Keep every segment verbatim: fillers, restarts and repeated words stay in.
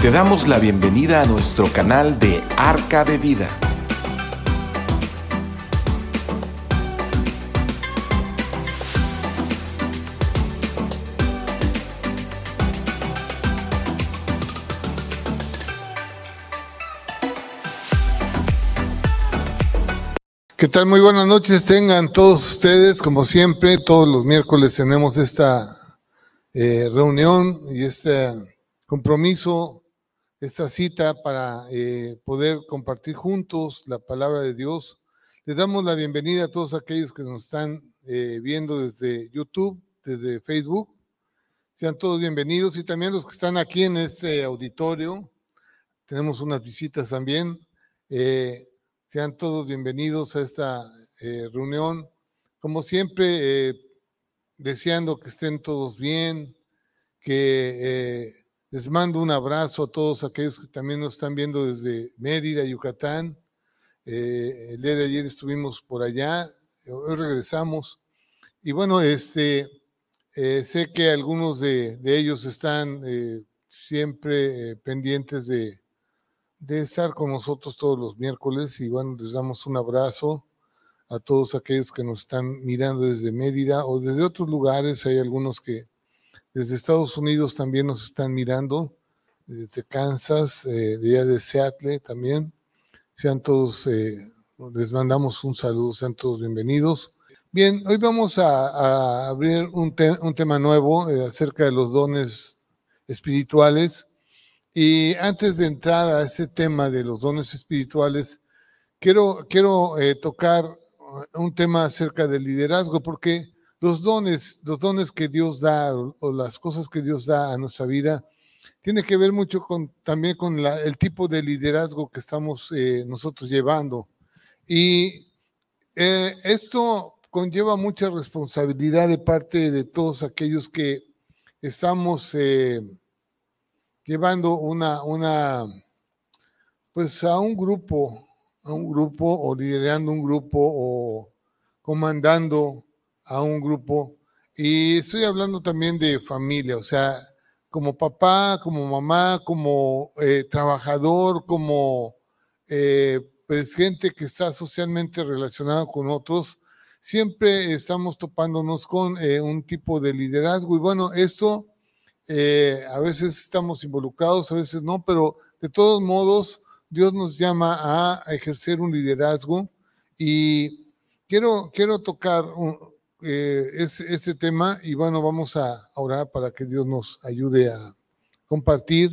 Te damos la bienvenida a nuestro canal de Arca de Vida. ¿Qué tal? Muy buenas noches tengan todos ustedes. Como siempre, todos los miércoles tenemos esta eh, reunión y este compromiso, esta cita para eh, poder compartir juntos la palabra de Dios. Les damos la bienvenida a todos aquellos que nos están eh, viendo desde YouTube, desde Facebook. Sean todos bienvenidos, y también los que están aquí en este auditorio. Tenemos unas visitas también. Eh, Sean todos bienvenidos a esta eh, reunión. Como siempre, eh, deseando que estén todos bien, que eh, les mando un abrazo a todos aquellos que también nos están viendo desde Mérida, Yucatán. Eh, el día de ayer estuvimos por allá, hoy regresamos. Y bueno, este, eh, sé que algunos de, de ellos están eh, siempre eh, pendientes de de estar con nosotros todos los miércoles, y bueno, les damos un abrazo a todos aquellos que nos están mirando desde Mérida o desde otros lugares. Hay algunos que desde Estados Unidos también nos están mirando, desde Kansas, eh, de allá de Seattle también. Sean todos, eh, les mandamos un saludo, sean todos bienvenidos. Bien, hoy vamos a, a abrir un, te un tema nuevo eh, acerca de los dones espirituales. Y antes de entrar a ese tema de los dones espirituales, quiero, quiero eh, tocar un tema acerca del liderazgo, porque los dones, los dones que Dios da o, o las cosas que Dios da a nuestra vida, tiene que ver mucho con, también con la, el tipo de liderazgo que estamos eh, nosotros llevando. Y eh, esto conlleva mucha responsabilidad de parte de todos aquellos que estamos Eh, llevando una, una, pues a un grupo, a un grupo, o liderando un grupo, o comandando a un grupo. Y estoy hablando también de familia, o sea, como papá, como mamá, como eh, trabajador, como eh, pues gente que está socialmente relacionada con otros. Siempre estamos topándonos con eh, un tipo de liderazgo, y bueno, esto Eh, a veces estamos involucrados, a veces no, pero de todos modos Dios nos llama a, a ejercer un liderazgo, y quiero, quiero tocar un, eh, ese, ese tema, y bueno, vamos a orar para que Dios nos ayude a compartir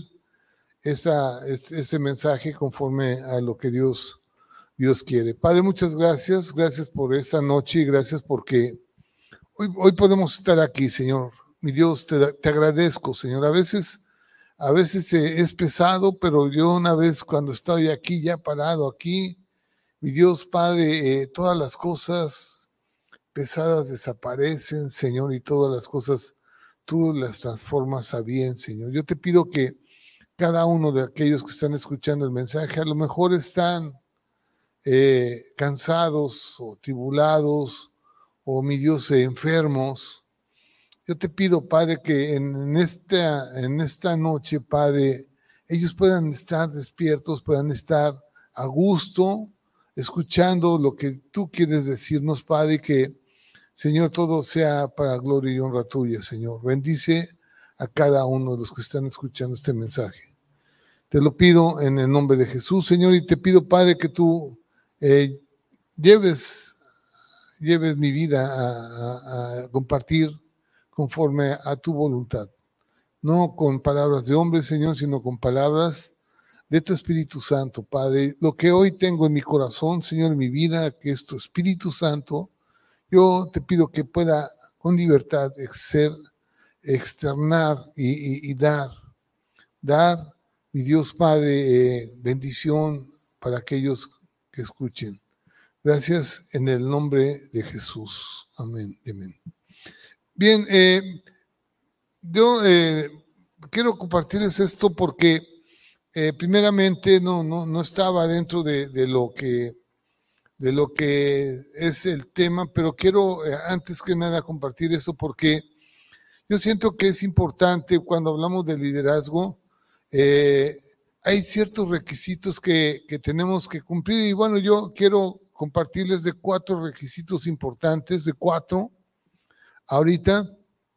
esa, ese, ese mensaje conforme a lo que Dios, Dios quiere. Padre, muchas gracias, gracias por esta noche, y gracias porque hoy, hoy podemos estar aquí, Señor. Mi Dios, te, te agradezco, Señor. A veces, a veces eh, es pesado, pero yo una vez cuando estoy aquí, ya parado aquí, mi Dios, Padre, eh, todas las cosas pesadas desaparecen, Señor, y todas las cosas tú las transformas a bien, Señor. Yo te pido que cada uno de aquellos que están escuchando el mensaje, a lo mejor están eh, cansados o tribulados, o mi Dios, eh, enfermos. Yo te pido, Padre, que en, en, esta, en esta noche, Padre, ellos puedan estar despiertos, puedan estar a gusto, escuchando lo que tú quieres decirnos, Padre, y que, Señor, todo sea para gloria y honra tuya, Señor. Bendice a cada uno de los que están escuchando este mensaje. Te lo pido en el nombre de Jesús, Señor, y te pido, Padre, que tú eh, lleves, lleves mi vida a, a, a compartir conforme a tu voluntad, no con palabras de hombres, Señor, sino con palabras de tu Espíritu Santo, Padre. Lo que hoy tengo en mi corazón, Señor, en mi vida, que es tu Espíritu Santo, yo te pido que pueda con libertad ser, externar y, y, y dar, dar, mi Dios Padre, eh, bendición para aquellos que escuchen. Gracias en el nombre de Jesús. Amén. Amén. Bien, eh, yo eh, quiero compartirles esto porque eh, primeramente no, no, no estaba dentro de, de, lo que, de lo que es el tema, pero quiero eh, antes que nada compartir esto porque yo siento que es importante cuando hablamos de liderazgo eh, hay ciertos requisitos que, que tenemos que cumplir y bueno, yo quiero compartirles de cuatro requisitos importantes, de cuatro ahorita,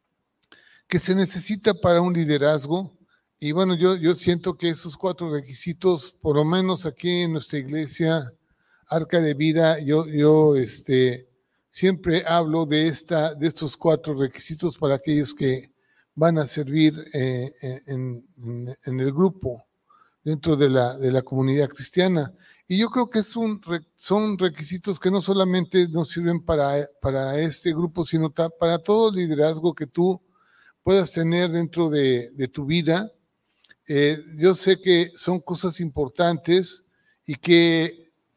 que se necesita para un liderazgo. Y bueno, yo, yo siento que esos cuatro requisitos, por lo menos aquí en nuestra iglesia, Arca de Vida, yo, yo este, siempre hablo de, esta, de estos cuatro requisitos para aquellos que van a servir eh, en, en, en el grupo, dentro de la, de la comunidad cristiana. Y yo creo que es un, son requisitos que no solamente nos sirven para, para este grupo, sino para todo el liderazgo que tú puedas tener dentro de, de tu vida. Eh, yo sé que son cosas importantes y que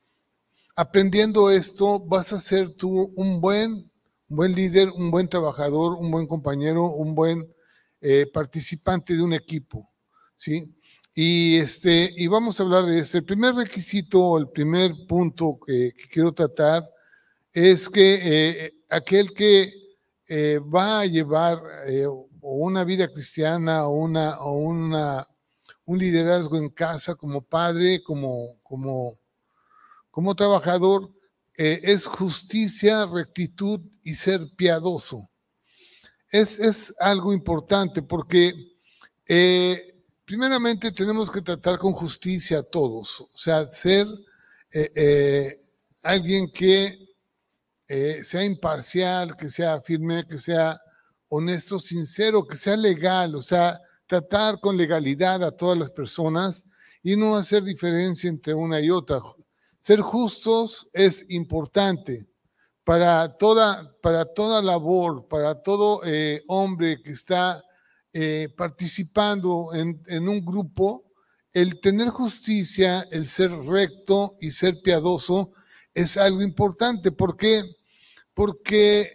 aprendiendo esto vas a ser tú un buen, un buen líder, un buen trabajador, un buen compañero, un buen eh, participante de un equipo, ¿sí? Y, este, y vamos a hablar de eso. El primer requisito, el primer punto que, que quiero tratar es que eh, aquel que eh, va a llevar eh, o una vida cristiana o, una, o una, un liderazgo en casa como padre, como, como, como trabajador, eh, es justicia, rectitud y ser piadoso. Es, es algo importante porque eh, primeramente tenemos que tratar con justicia a todos, o sea, ser eh, eh, alguien que eh, sea imparcial, que sea firme, que sea honesto, sincero, que sea legal, o sea, tratar con legalidad a todas las personas y no hacer diferencia entre una y otra. Ser justos es importante para toda, para toda labor, para todo eh, hombre que está eh, participando en, en un grupo. El tener justicia, el ser recto y ser piadoso es algo importante. ¿Por qué? Porque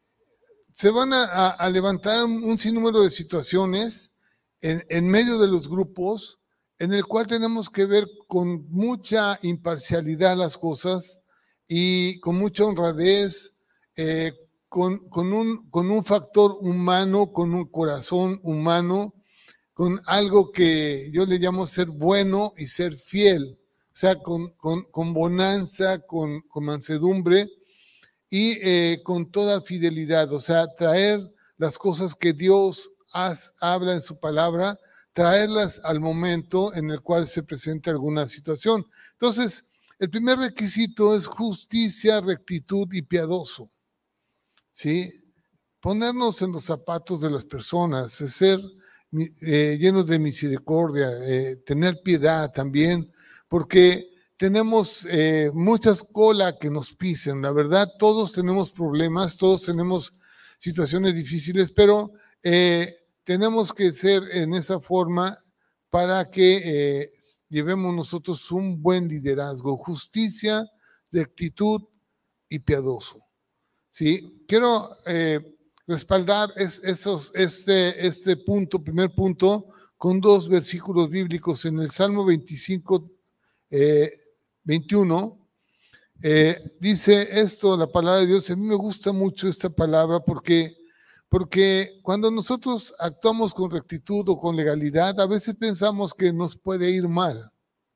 se van a, a levantar un sinnúmero de situaciones en, en medio de los grupos en el cual tenemos que ver con mucha imparcialidad las cosas y con mucha honradez, eh, con, con, un, con un factor humano, con un corazón humano, con algo que yo le llamo ser bueno y ser fiel, o sea, con, con, con bonanza, con, con mansedumbre y eh, con toda fidelidad, o sea, traer las cosas que Dios has, habla en su palabra, traerlas al momento en el cual se presenta alguna situación. Entonces, el primer requisito es justicia, rectitud y piadoso, ¿sí? Ponernos en los zapatos de las personas, ser eh, llenos de misericordia, eh, tener piedad también, porque tenemos eh, muchas colas que nos pisen. La verdad, todos tenemos problemas, todos tenemos situaciones difíciles, pero eh, tenemos que ser en esa forma para que eh, llevemos nosotros un buen liderazgo, justicia, rectitud y piadoso. ¿Sí? Quiero eh, respaldar es, esos, este, este punto, primer punto, con dos versículos bíblicos en el Salmo veinticinco, eh, veintiuno. Eh, dice esto, la palabra de Dios. A mí me gusta mucho esta palabra porque, porque cuando nosotros actuamos con rectitud o con legalidad, a veces pensamos que nos puede ir mal.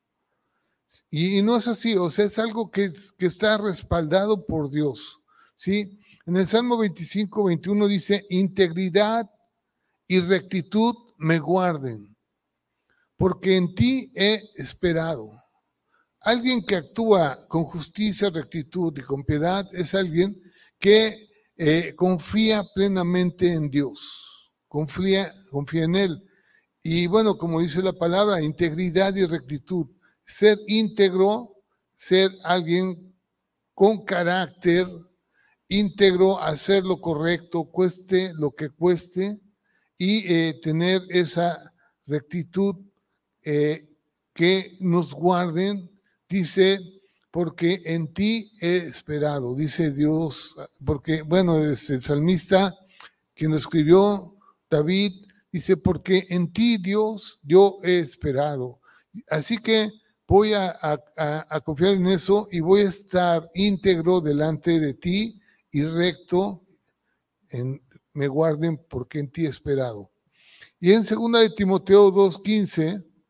Y, y no es así, o sea, es algo que, que está respaldado por Dios. ¿Sí? En el Salmo veinticinco, veintiuno dice, integridad y rectitud me guarden, porque en ti he esperado. Alguien que actúa con justicia, rectitud y con piedad es alguien que eh, confía plenamente en Dios, confía, confía en Él. Y bueno, como dice la palabra, integridad y rectitud, ser íntegro, ser alguien con carácter, íntegro, hacer lo correcto, cueste lo que cueste, y eh, tener esa rectitud eh, que nos guarden, dice, porque en ti he esperado, dice Dios, porque, bueno, es el salmista quien lo escribió, David, dice, porque en ti, Dios, yo he esperado. Así que voy a, a, a confiar en eso y voy a estar íntegro delante de ti y recto, en, me guarden porque en ti he esperado. Y en segunda de Timoteo dos quince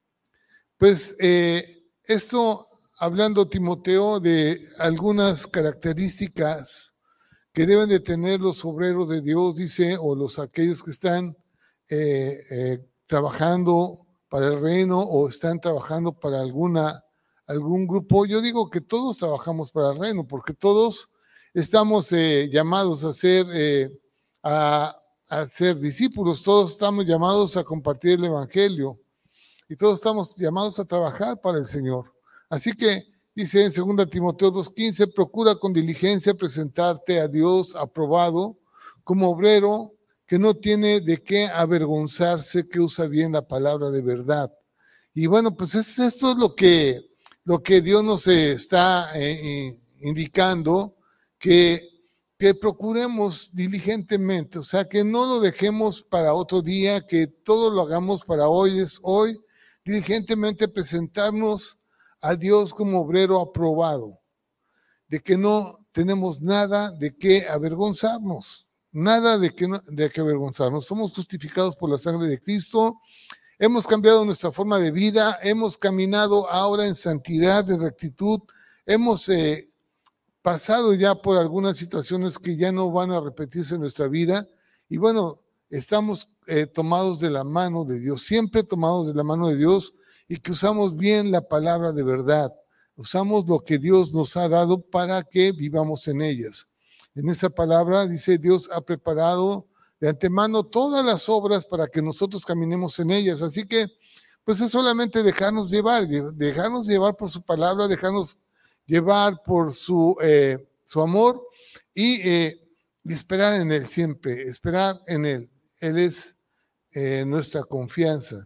Pues eh, esto, hablando Timoteo de algunas características que deben de tener los obreros de Dios, dice, o los aquellos que están eh, eh, trabajando para el reino o están trabajando para alguna, algún grupo. Yo digo que todos trabajamos para el reino, porque todos estamos eh, llamados a ser, eh, a, a ser discípulos, todos estamos llamados a compartir el evangelio y todos estamos llamados a trabajar para el Señor. Así que dice en segunda Timoteo dos quince, procura con diligencia presentarte a Dios aprobado como obrero que no tiene de qué avergonzarse, que usa bien la palabra de verdad. Y bueno, pues es, esto es lo que, lo que Dios nos está eh, indicando, que, que procuremos diligentemente, o sea, que no lo dejemos para otro día, que todo lo hagamos para hoy, es hoy, diligentemente presentarnos a Dios como obrero aprobado, de que no tenemos nada de qué avergonzarnos. Nada de que, de que avergonzarnos. Somos justificados por la sangre de Cristo. Hemos cambiado nuestra forma de vida. Hemos caminado ahora en santidad, en rectitud. Hemos eh, pasado ya por algunas situaciones que ya no van a repetirse en nuestra vida. Y bueno, estamos eh, tomados de la mano de Dios. Siempre tomados de la mano de Dios y que usamos bien la palabra de verdad. Usamos lo que Dios nos ha dado para que vivamos en ellas. En esa palabra dice, Dios ha preparado de antemano todas las obras para que nosotros caminemos en ellas. Así que, pues es solamente dejarnos llevar, dejarnos llevar por su palabra, dejarnos llevar por su, eh, su amor y, eh, y esperar en Él siempre, esperar en Él. Él es eh, nuestra confianza.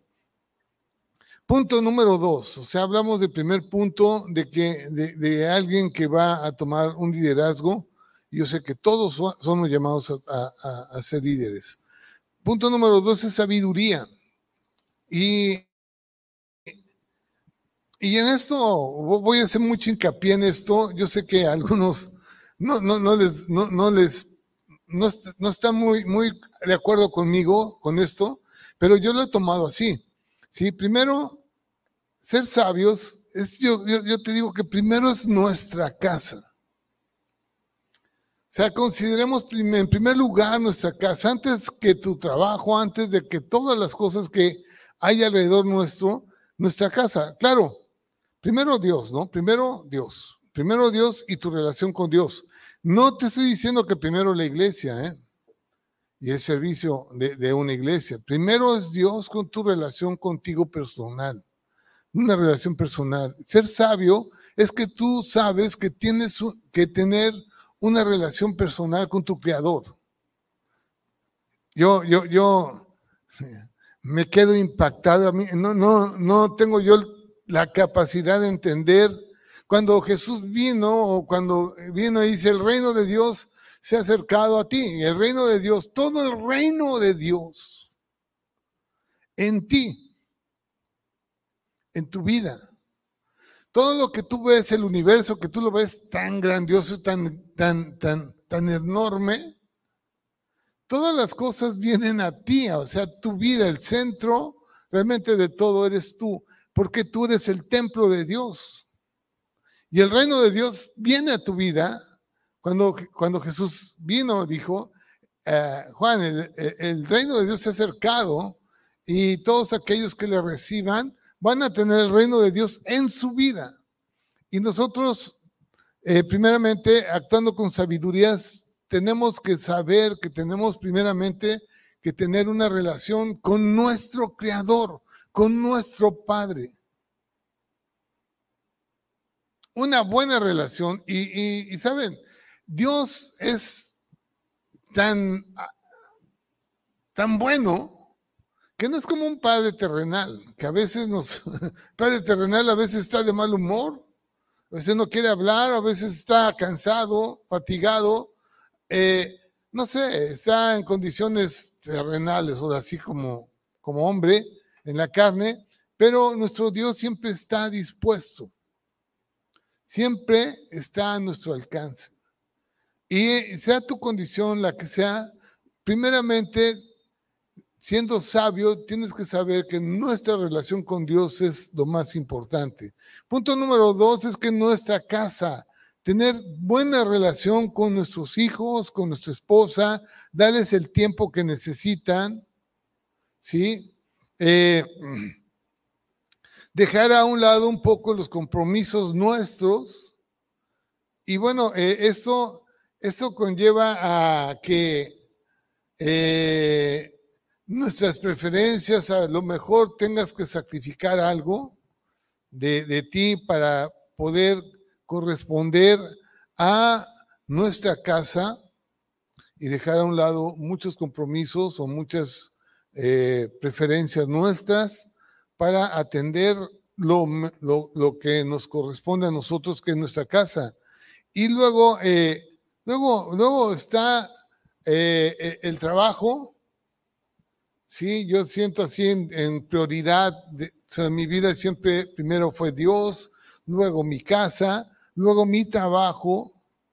Punto número dos, o sea, hablamos del primer punto de, que, de, de alguien que va a tomar un liderazgo. Yo sé que todos somos llamados a, a, a ser líderes. Punto número dos es sabiduría. Y, y en esto, voy a hacer mucho hincapié en esto. Yo sé que a algunos no, no, no les, no, no les, no, no están muy, muy de acuerdo conmigo con esto, pero yo lo he tomado así. Sí, primero, ser sabios, es, yo, yo, yo te digo que primero es nuestra casa. O sea, consideremos en primer lugar nuestra casa, antes que tu trabajo, antes de que todas las cosas que hay alrededor nuestro, nuestra casa. Claro, primero Dios, ¿no? Primero Dios. Primero Dios y tu relación con Dios. No te estoy diciendo que primero la iglesia, ¿eh? Y el servicio de, de una iglesia. Primero es Dios con tu relación contigo personal. Una relación personal. Ser sabio es que tú sabes que tienes que tener una relación personal con tu Creador. Yo, yo, yo me quedo impactado. A mí, no, no, no tengo yo la capacidad de entender cuando Jesús vino o cuando vino y dice el reino de Dios se ha acercado a ti. El reino de Dios, todo el reino de Dios en ti, en tu vida. Todo lo que tú ves, el universo, que tú lo ves tan grandioso, tan, tan, tan, tan enorme, todas las cosas vienen a ti, o sea, tu vida, el centro realmente de todo eres tú, porque tú eres el templo de Dios. Y el reino de Dios viene a tu vida. Cuando, cuando Jesús vino, dijo, eh, Juan, el, el reino de Dios se ha acercado y todos aquellos que le reciban van a tener el reino de Dios en su vida. Y nosotros, eh, primeramente, actuando con sabiduría, tenemos que saber que tenemos primeramente que tener una relación con nuestro Creador, con nuestro Padre. Una buena relación. Y, y, y ¿saben? Dios es tan, tan bueno que no es como un padre terrenal, que a veces nos, padre terrenal a veces está de mal humor, a veces no quiere hablar, a veces está cansado, fatigado, eh, no sé, está en condiciones terrenales, o así como, como hombre, en la carne, pero nuestro Dios siempre está dispuesto, siempre está a nuestro alcance. Y sea tu condición la que sea, primeramente, siendo sabio, tienes que saber que nuestra relación con Dios es lo más importante. Punto número dos es que nuestra casa, tener buena relación con nuestros hijos, con nuestra esposa, darles el tiempo que necesitan, ¿sí? Eh, dejar a un lado un poco los compromisos nuestros. Y bueno, eh, esto, esto conlleva a que eh, nuestras preferencias, a lo mejor tengas que sacrificar algo de, de ti para poder corresponder a nuestra casa y dejar a un lado muchos compromisos o muchas eh, preferencias nuestras para atender lo, lo, lo que nos corresponde a nosotros, que es nuestra casa. Y luego, eh, luego, luego está eh, el trabajo. Sí, yo siento así en, en prioridad, de, o sea, mi vida siempre primero fue Dios, luego mi casa, luego mi trabajo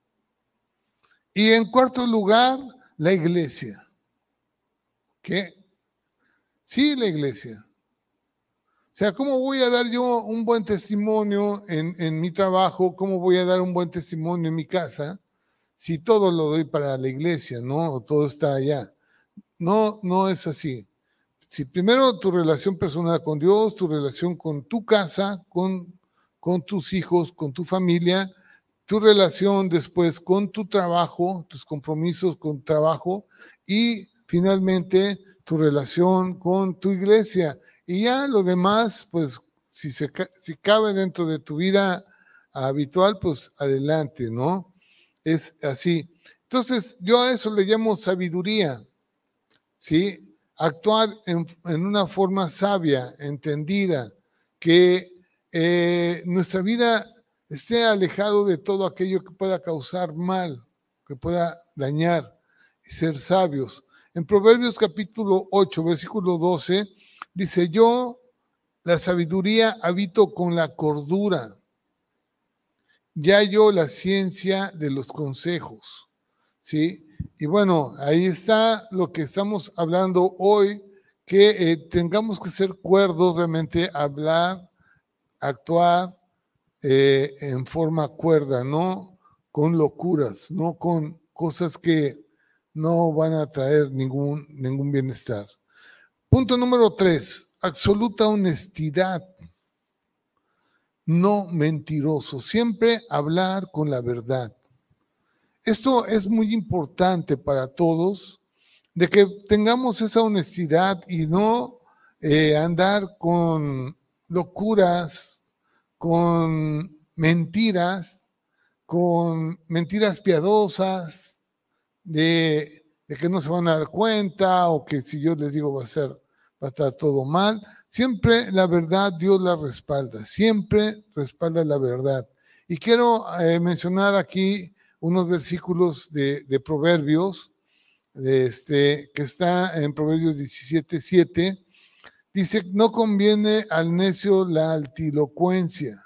y en cuarto lugar, la iglesia. ¿Qué? Sí, la iglesia. O sea, ¿cómo voy a dar yo un buen testimonio en, en mi trabajo? ¿Cómo voy a dar un buen testimonio en mi casa si todo lo doy para la iglesia, ¿no? O todo está allá. No, no es así. Si primero tu relación personal con Dios, tu relación con tu casa, con, con tus hijos, con tu familia, tu relación después con tu trabajo, tus compromisos con trabajo y finalmente tu relación con tu iglesia. Y ya lo demás, pues si, se, si cabe dentro de tu vida habitual, pues adelante, ¿no? Es así. Entonces yo a eso le llamo sabiduría, ¿sí? Actuar en, en una forma sabia, entendida, que eh, nuestra vida esté alejado de todo aquello que pueda causar mal, que pueda dañar, y ser sabios. En Proverbios capítulo ocho, versículo doce, dice, yo, la sabiduría, habito con la cordura, ya yo la ciencia de los consejos, ¿sí? Y bueno, ahí está lo que estamos hablando hoy, que eh, tengamos que ser cuerdos, realmente hablar, actuar eh, en forma cuerda, no con locuras, no con cosas que no van a traer ningún, ningún bienestar. Punto número tres, absoluta honestidad, no mentiroso, siempre hablar con la verdad. Esto es muy importante para todos, de que tengamos esa honestidad y no eh, andar con locuras, con mentiras, con mentiras piadosas, de, de que no se van a dar cuenta o que si yo les digo va a ser, va a estar todo mal. Siempre la verdad Dios la respalda, siempre respalda la verdad. Y quiero eh, mencionar aquí unos versículos de, de Proverbios, de este, que está en Proverbios diecisiete, siete, dice, no conviene al necio la altilocuencia.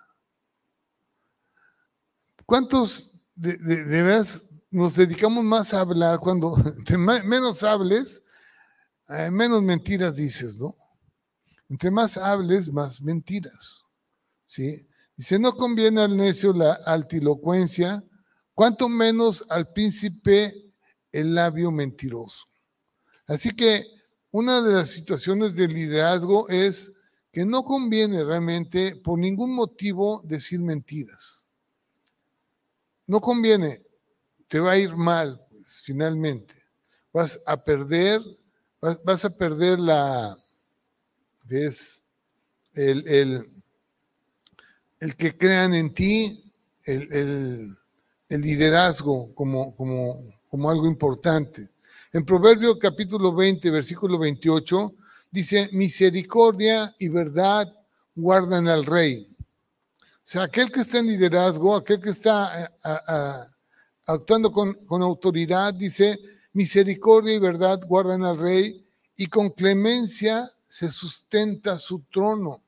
¿Cuántos de, de, de veras nos dedicamos más a hablar cuando entre más, menos hables, eh, menos mentiras dices, ¿no? Entre más hables, más mentiras, ¿sí? Dice, no conviene al necio la altilocuencia, cuanto menos al príncipe el labio mentiroso. Así que una de las situaciones de liderazgo es que no conviene realmente por ningún motivo decir mentiras. No conviene, te va a ir mal, pues, finalmente. Vas a perder, vas, vas a perder la, ¿ves? El, el, el que crean en ti, el, el, el liderazgo como, como, como algo importante. En Proverbios capítulo veinte, versículo veintiocho, dice, misericordia y verdad guardan al rey. O sea, aquel que está en liderazgo, aquel que está a, a, actuando con, con autoridad, dice, misericordia y verdad guardan al rey y con clemencia se sustenta su trono.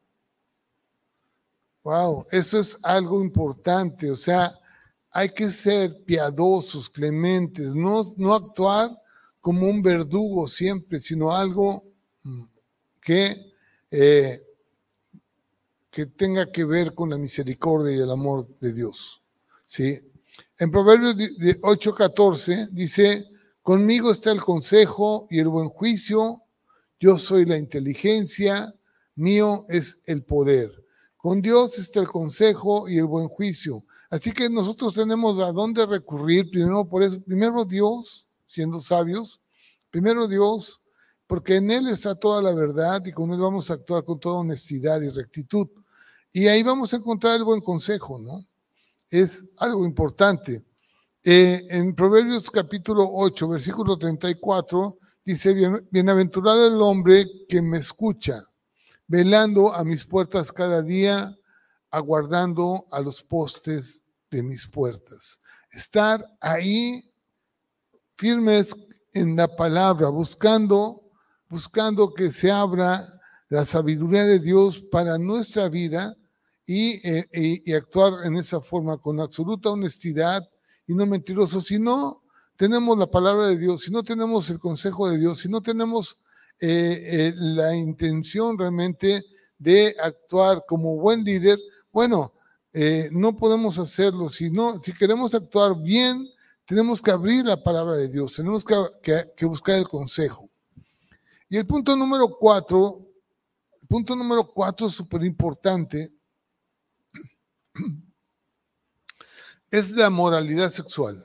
Wow, eso es algo importante. O sea, hay que ser piadosos, clementes, no, no actuar como un verdugo siempre, sino algo que, eh, que tenga que ver con la misericordia y el amor de Dios. ¿Sí? En Proverbios ocho catorce dice, conmigo está el consejo y el buen juicio, yo soy la inteligencia, mío es el poder. Con Dios está el consejo y el buen juicio. Así que nosotros tenemos a dónde recurrir, primero por eso, primero Dios, siendo sabios, primero Dios, porque en Él está toda la verdad y con Él vamos a actuar con toda honestidad y rectitud. Y ahí vamos a encontrar el buen consejo, ¿no? Es algo importante. Eh, en Proverbios capítulo ocho, versículo treinta y cuatro, dice, Bien, bienaventurado el hombre que me escucha, velando a mis puertas cada día, aguardando a los postes de mis puertas. Estar ahí firmes en la palabra, buscando, buscando que se abra la sabiduría de Dios para nuestra vida y, eh, y, y actuar en esa forma con absoluta honestidad y no mentiroso. Si no tenemos la palabra de Dios, si no tenemos el consejo de Dios, si no tenemos eh, eh, la intención realmente de actuar como buen líder, bueno, eh, no podemos hacerlo. Si, no, si queremos actuar bien, tenemos que abrir la palabra de Dios, tenemos que, que, que buscar el consejo. Y el punto número cuatro, el punto número cuatro es súper importante, es la moralidad sexual.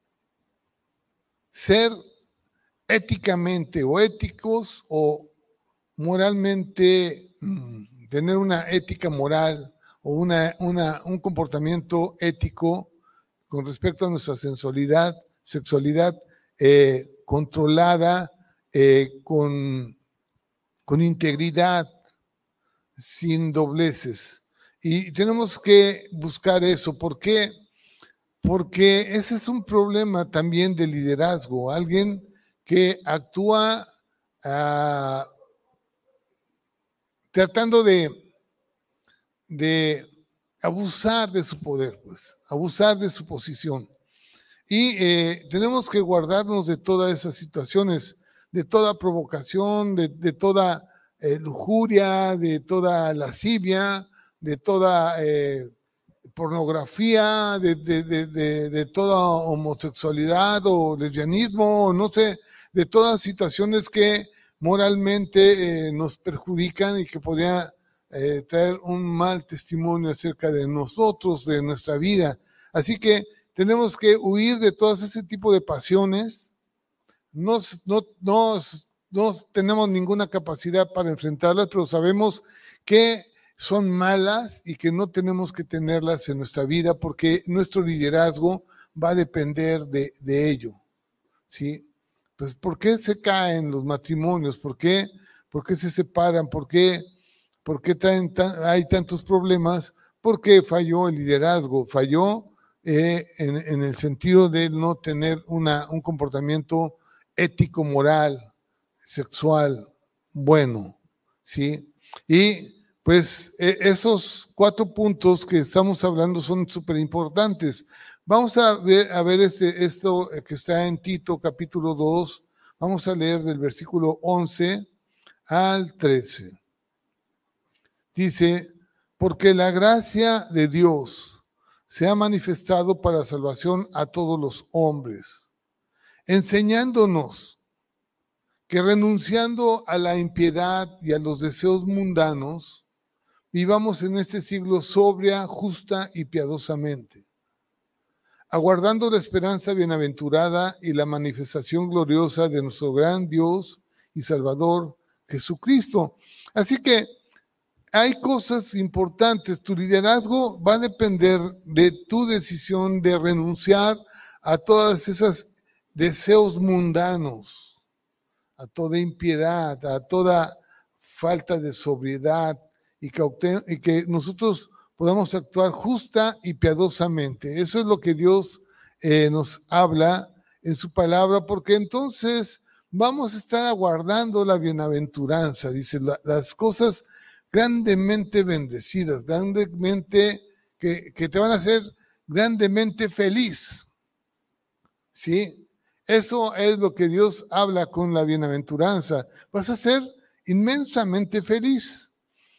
Ser éticamente o éticos o moralmente, mmm, tener una ética moral o una, una, un comportamiento ético con respecto a nuestra sensualidad, sexualidad eh, controlada, eh, con, con integridad, sin dobleces. Y tenemos que buscar eso. ¿Por qué? Porque ese es un problema también de liderazgo. Alguien que actúa uh, tratando de, de abusar de su poder, pues, abusar de su posición. Y eh, tenemos que guardarnos de todas esas situaciones, de toda provocación, de, de toda eh, lujuria, de toda lascivia, de toda eh, pornografía, de, de, de, de, de toda homosexualidad o lesbianismo, no sé, de todas situaciones que moralmente eh, nos perjudican y que podrían eh, traer un mal testimonio acerca de nosotros, de nuestra vida. Así que tenemos que huir de todos ese tipo de pasiones. No, no, no, no tenemos ninguna capacidad para enfrentarlas, pero sabemos que son malas y que no tenemos que tenerlas en nuestra vida porque nuestro liderazgo va a depender de, de ello. ¿Sí? Pues, ¿por qué se caen los matrimonios? ¿Por qué, ¿Por qué se separan? ¿Por qué, por qué traen ta- hay tantos problemas? Porque falló el liderazgo, falló eh, en, en el sentido de no tener una, un comportamiento ético, moral, sexual, bueno, ¿sí? Y pues eh, esos cuatro puntos que estamos hablando son súper importantes. Vamos a ver, a ver este, esto que está en Tito capítulo dos, vamos a leer del versículo once al trece. Dice, porque la gracia de Dios se ha manifestado para salvación a todos los hombres, enseñándonos que renunciando a la impiedad y a los deseos mundanos, vivamos en este siglo sobria, justa y piadosamente, aguardando la esperanza bienaventurada y la manifestación gloriosa de nuestro gran Dios y Salvador Jesucristo. Así que hay cosas importantes. Tu liderazgo va a depender de tu decisión de renunciar a todos esos deseos mundanos, a toda impiedad, a toda falta de sobriedad y que, y que nosotros podamos actuar justa y piadosamente. Eso es lo que Dios eh, nos habla en su palabra, porque entonces vamos a estar aguardando la bienaventuranza. Dice, la, las cosas grandemente bendecidas, grandemente, que, que te van a hacer grandemente feliz. ¿Sí? Eso es lo que Dios habla con la bienaventuranza. Vas a ser inmensamente feliz.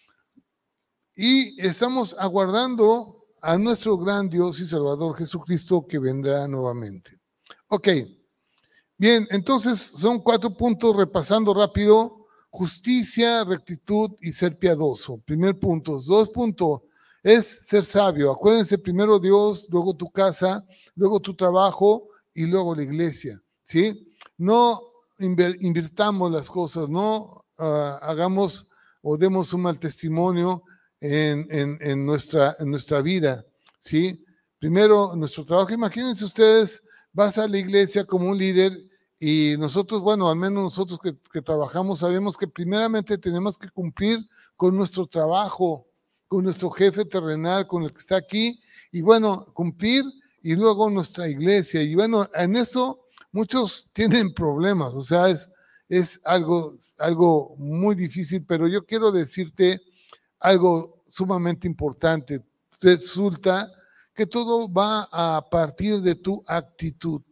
Y estamos aguardando a nuestro gran Dios y Salvador Jesucristo que vendrá nuevamente. Ok, bien, entonces son cuatro puntos repasando rápido: justicia, rectitud y ser piadoso. Primer punto. Dos puntos es ser sabio. Acuérdense, primero Dios, luego tu casa, luego tu trabajo y luego la iglesia, ¿sí? No inver, invirtamos las cosas, no uh, hagamos o demos un mal testimonio en, en, en, nuestra, en nuestra vida, ¿sí? Primero, nuestro trabajo. Imagínense ustedes, vas a la iglesia como un líder y nosotros, bueno, al menos nosotros que, que trabajamos, sabemos que primeramente tenemos que cumplir con nuestro trabajo, con nuestro jefe terrenal, con el que está aquí, y bueno, cumplir, y luego nuestra iglesia. Y bueno, en esto muchos tienen problemas, o sea, es, es algo, algo muy difícil, pero yo quiero decirte algo sumamente importante. Resulta que todo va a partir de tu actitud.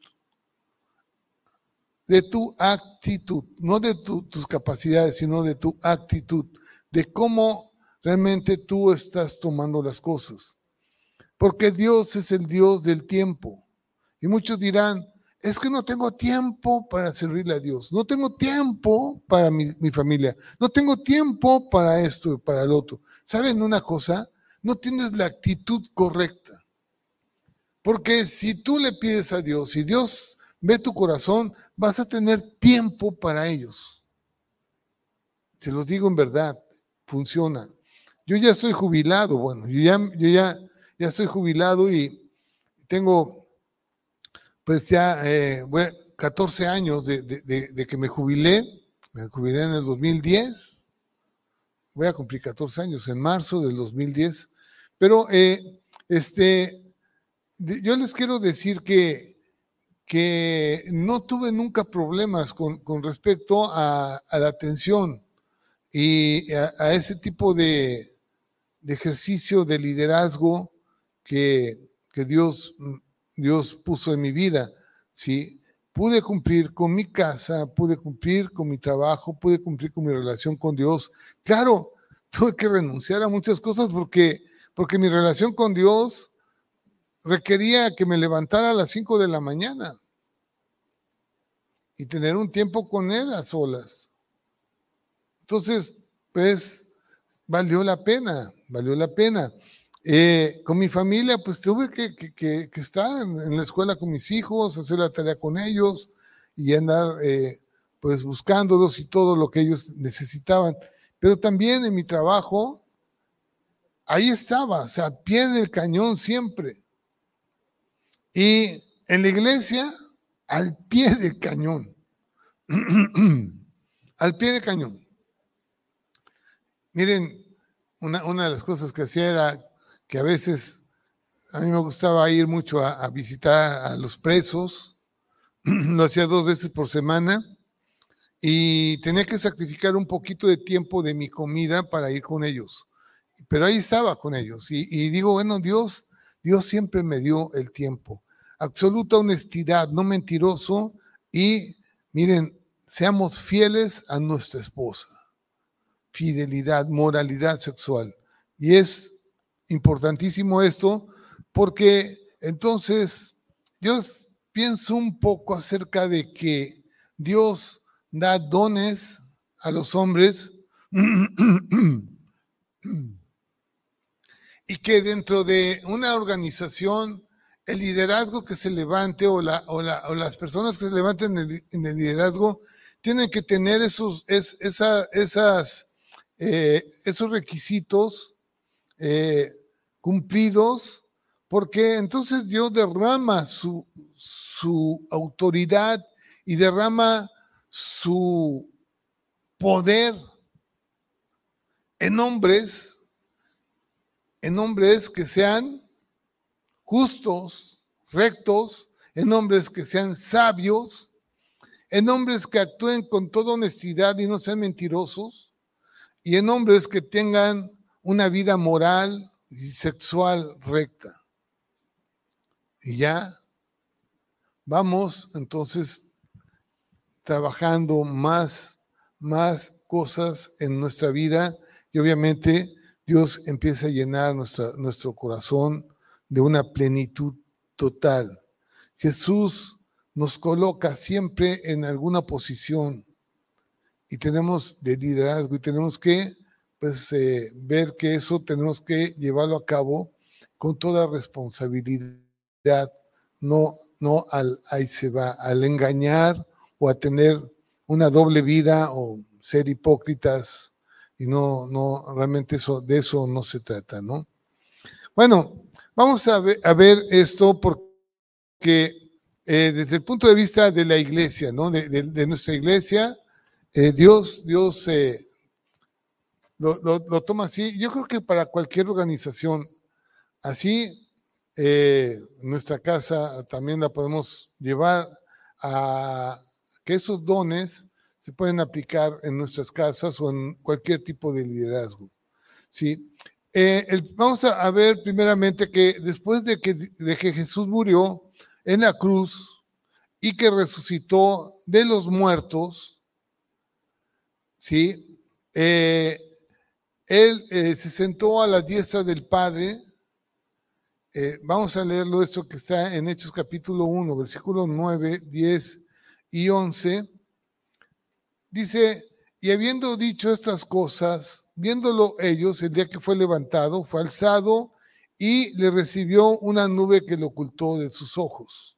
De tu actitud, no de tu, tus capacidades, sino de tu actitud, de cómo realmente tú estás tomando las cosas. Porque Dios es el Dios del tiempo. Y muchos dirán, es que no tengo tiempo para servirle a Dios, no tengo tiempo para mi, mi familia, no tengo tiempo para esto y para el otro. ¿Saben una cosa? No tienes la actitud correcta. Porque si tú le pides a Dios, si Dios ve tu corazón, vas a tener tiempo para ellos. Se los digo en verdad, funciona. Yo ya estoy jubilado, bueno, yo ya, yo ya, ya estoy jubilado y tengo pues ya eh, catorce años de, de, de, de que me jubilé. Me jubilé en el dos mil diez. Voy a cumplir catorce años en marzo del dos mil diez. Pero eh, este, yo les quiero decir que que no tuve nunca problemas con, con respecto a, a la atención y a, a ese tipo de, de ejercicio de liderazgo que, que Dios, Dios puso en mi vida, ¿sí? Pude cumplir con mi casa, pude cumplir con mi trabajo, pude cumplir con mi relación con Dios. Claro, tuve que renunciar a muchas cosas porque, porque mi relación con Dios requería que me levantara a las cinco de la mañana y tener un tiempo con Él a solas. Entonces, pues, valió la pena, valió la pena. Eh, con mi familia, pues tuve que, que, que, que estar en, en la escuela con mis hijos, hacer la tarea con ellos y andar, eh, pues, buscándolos y todo lo que ellos necesitaban. Pero también en mi trabajo, ahí estaba, o sea, al pie del cañón siempre. Y en la iglesia, al pie del cañón. Al pie del cañón. Miren, una, una de las cosas que hacía era que a veces a mí me gustaba ir mucho a, a visitar a los presos. Lo hacía dos veces por semana y tenía que sacrificar un poquito de tiempo de mi comida para ir con ellos. Pero ahí estaba con ellos y, y digo, bueno, Dios, Dios siempre me dio el tiempo. Absoluta honestidad, no mentiroso, y miren, seamos fieles a nuestra esposa. Fidelidad, moralidad sexual. Y es importantísimo esto porque entonces yo pienso un poco acerca de que Dios da dones a los hombres y que dentro de una organización el liderazgo que se levante o, la, o, la, o las personas que se levanten en el, en el liderazgo tienen que tener esos, es, esa, esas, eh, esos requisitos eh, cumplidos, porque entonces Dios derrama su, su autoridad y derrama su poder en hombres, en hombres que sean justos, rectos, en hombres que sean sabios, en hombres que actúen con toda honestidad y no sean mentirosos, y en hombres que tengan una vida moral y sexual recta. Y ya vamos entonces trabajando más, más cosas en nuestra vida y obviamente Dios empieza a llenar nuestra, nuestro corazón de una plenitud total. Jesús nos coloca siempre en alguna posición y tenemos de liderazgo y tenemos que pues, eh, ver que eso tenemos que llevarlo a cabo con toda responsabilidad, no, no al ahí se va, al engañar o a tener una doble vida o ser hipócritas y no, no, realmente eso, de eso no se trata, ¿no? Bueno, vamos a ver, a ver esto porque eh, desde el punto de vista de la iglesia, ¿no? De, de, de nuestra iglesia, eh, Dios, Dios eh, lo, lo, lo toma así. Yo creo que para cualquier organización, así eh, nuestra casa también la podemos llevar a que esos dones se pueden aplicar en nuestras casas o en cualquier tipo de liderazgo, ¿sí? Eh, el, vamos a, a ver primeramente que después de que, de que Jesús murió en la cruz y que resucitó de los muertos, ¿sí? Eh, él eh, se sentó a la diestra del Padre. Eh, vamos a leerlo esto que está en Hechos capítulo uno, versículos nueve, diez y once. Dice, y habiendo dicho estas cosas, viéndolo ellos, el día que fue levantado, fue alzado y le recibió una nube que lo ocultó de sus ojos.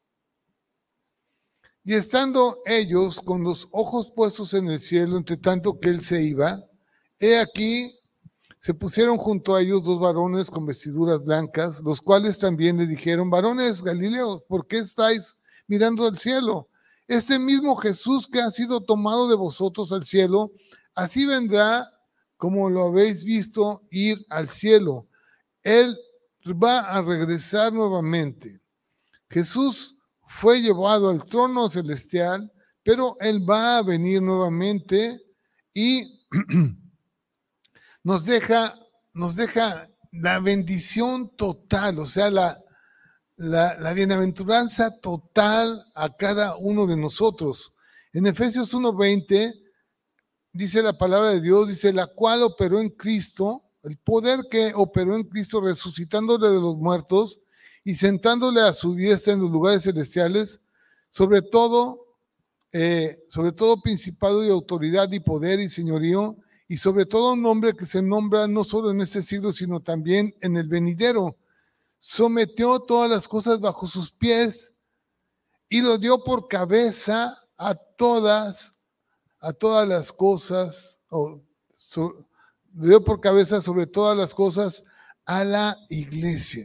Y estando ellos con los ojos puestos en el cielo, entre tanto que él se iba, he aquí, se pusieron junto a ellos dos varones con vestiduras blancas, los cuales también le dijeron, varones Galileos, ¿por qué estáis mirando al cielo? Este mismo Jesús que ha sido tomado de vosotros al cielo, así vendrá como lo habéis visto ir al cielo. Él va a regresar nuevamente. Jesús fue llevado al trono celestial, pero Él va a venir nuevamente y nos deja, nos deja la bendición total, o sea, la, la, la bienaventuranza total a cada uno de nosotros. En Efesios uno veinte dice la palabra de Dios, dice, la cual operó en Cristo, el poder que operó en Cristo resucitándole de los muertos y sentándole a su diestra en los lugares celestiales, sobre todo, eh, sobre todo principado y autoridad y poder y señorío, y sobre todo un nombre que se nombra no solo en este siglo, sino también en el venidero. Sometió todas las cosas bajo sus pies y lo dio por cabeza a todas, a todas las cosas, o so, lo dio por cabeza sobre todas las cosas a la iglesia.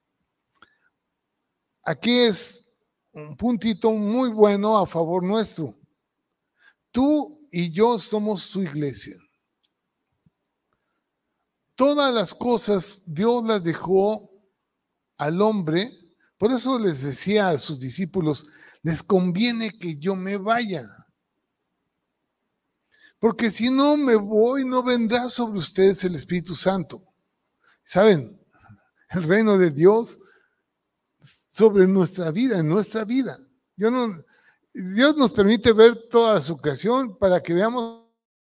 Aquí es un puntito muy bueno a favor nuestro. Tú y yo somos su iglesia. Todas las cosas Dios las dejó al hombre, por eso les decía a sus discípulos, les conviene que yo me vaya. Porque si no me voy, no vendrá sobre ustedes el Espíritu Santo. ¿Saben? El reino de Dios sobre nuestra vida, en nuestra vida. Yo no, Dios nos permite ver toda su creación para que veamos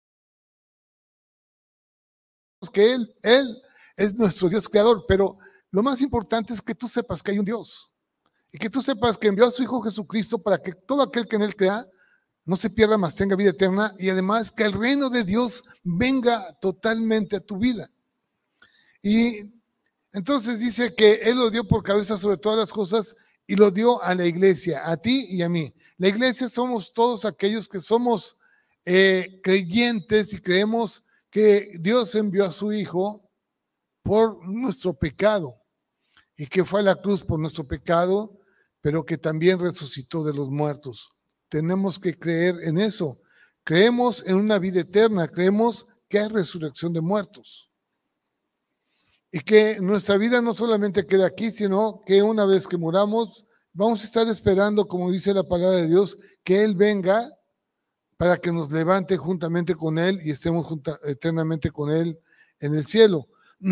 que Él, Él es nuestro Dios creador, pero lo más importante es que tú sepas que hay un Dios y que tú sepas que envió a su Hijo Jesucristo para que todo aquel que en Él crea no se pierda, mas tenga vida eterna, y además que el reino de Dios venga totalmente a tu vida. Y entonces dice que Él lo dio por cabeza sobre todas las cosas y lo dio a la iglesia, a ti y a mí. La iglesia somos todos aquellos que somos eh, creyentes y creemos que Dios envió a su Hijo por nuestro pecado y que fue a la cruz por nuestro pecado, pero que también resucitó de los muertos. Tenemos que creer en eso. Creemos en una vida eterna, creemos que hay resurrección de muertos. Y que nuestra vida no solamente queda aquí, sino que una vez que muramos, vamos a estar esperando, como dice la palabra de Dios, que Él venga para que nos levante juntamente con Él y estemos junta, eternamente con Él en el cielo.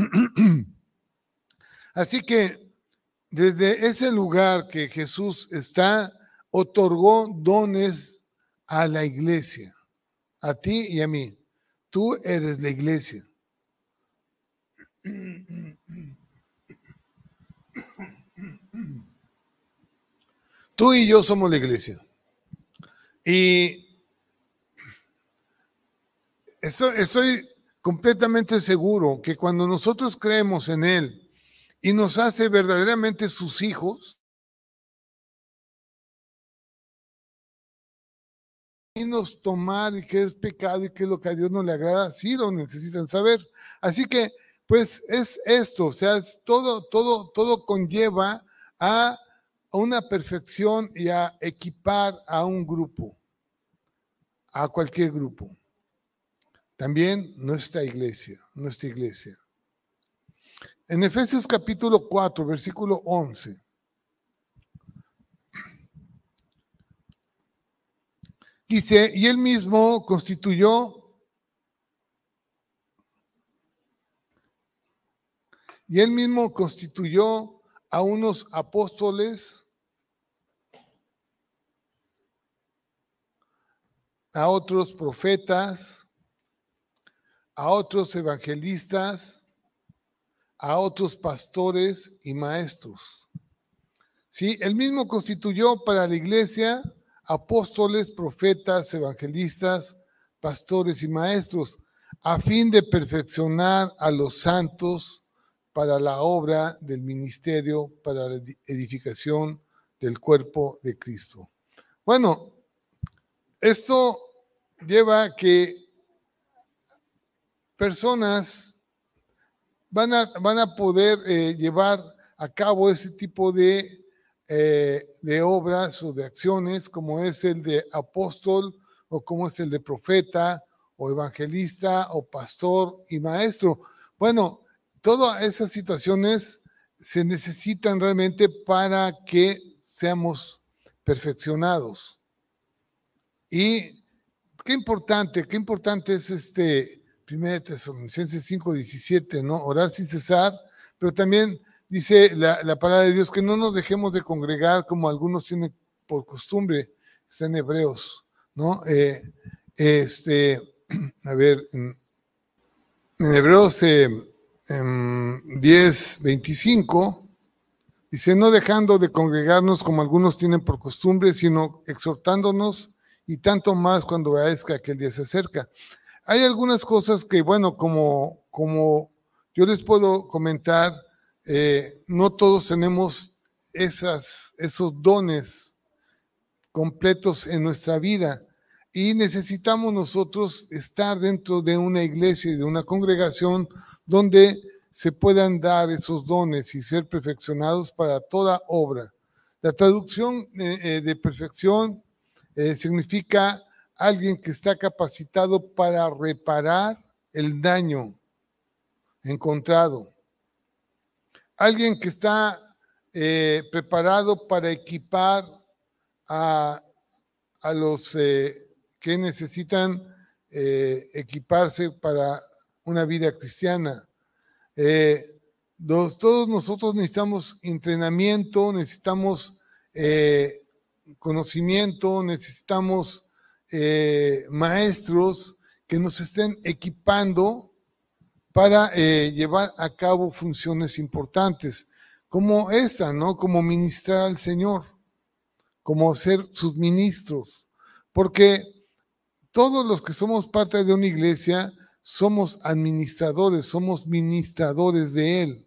Así que desde ese lugar que Jesús está, otorgó dones a la iglesia. a ti y a mí. Tú eres la iglesia. Tú y yo somos la iglesia. Y estoy, estoy completamente seguro que cuando nosotros creemos en Él y nos hace verdaderamente sus hijos, y nos tomar y qué es pecado y qué es lo que a Dios no le agrada, sí lo necesitan saber. Así que, pues es esto, o sea, es todo, todo, todo conlleva a una perfección y a equipar a un grupo, a cualquier grupo. También nuestra iglesia, nuestra iglesia. En Efesios capítulo cuatro, versículo once. Dice, y él mismo constituyó, y él mismo constituyó a unos apóstoles, a otros profetas, a otros evangelistas, a otros pastores y maestros. Sí, él mismo constituyó para la iglesia apóstoles, profetas, evangelistas, pastores y maestros, a fin de perfeccionar a los santos para la obra del ministerio, para la edificación del cuerpo de Cristo. Bueno, esto lleva a que personas van a, van a poder eh, llevar a cabo ese tipo de, eh, de obras o de acciones, como es el de apóstol o como es el de profeta o evangelista o pastor y maestro. Bueno, todas esas situaciones se necesitan realmente para que seamos perfeccionados. Y qué importante, qué importante es este primera Tesalonicenses cinco diecisiete, ¿no? Orar sin cesar, pero también dice la, la palabra de Dios que no nos dejemos de congregar como algunos tienen por costumbre, está en Hebreos, ¿no? Eh, este, a ver, en, en Hebreos eh, en diez veinticinco, dice, no dejando de congregarnos como algunos tienen por costumbre, sino exhortándonos, y tanto más cuando veáis que aquel día se acerca. Hay algunas cosas que, bueno, como, como yo les puedo comentar, eh, no todos tenemos esas, esos dones completos en nuestra vida y necesitamos nosotros estar dentro de una iglesia y de una congregación donde se puedan dar esos dones y ser perfeccionados para toda obra. La traducción eh, de perfección eh, significa alguien que está capacitado para reparar el daño encontrado. Alguien que está eh, preparado para equipar a, a los eh, que necesitan eh, equiparse para una vida cristiana. Eh, los, todos nosotros necesitamos entrenamiento, necesitamos eh, conocimiento, necesitamos eh, maestros que nos estén equipando para eh, llevar a cabo funciones importantes, como esta, ¿no? Como ministrar al Señor, como ser sus ministros, porque todos los que somos parte de una iglesia somos administradores, somos ministradores de Él.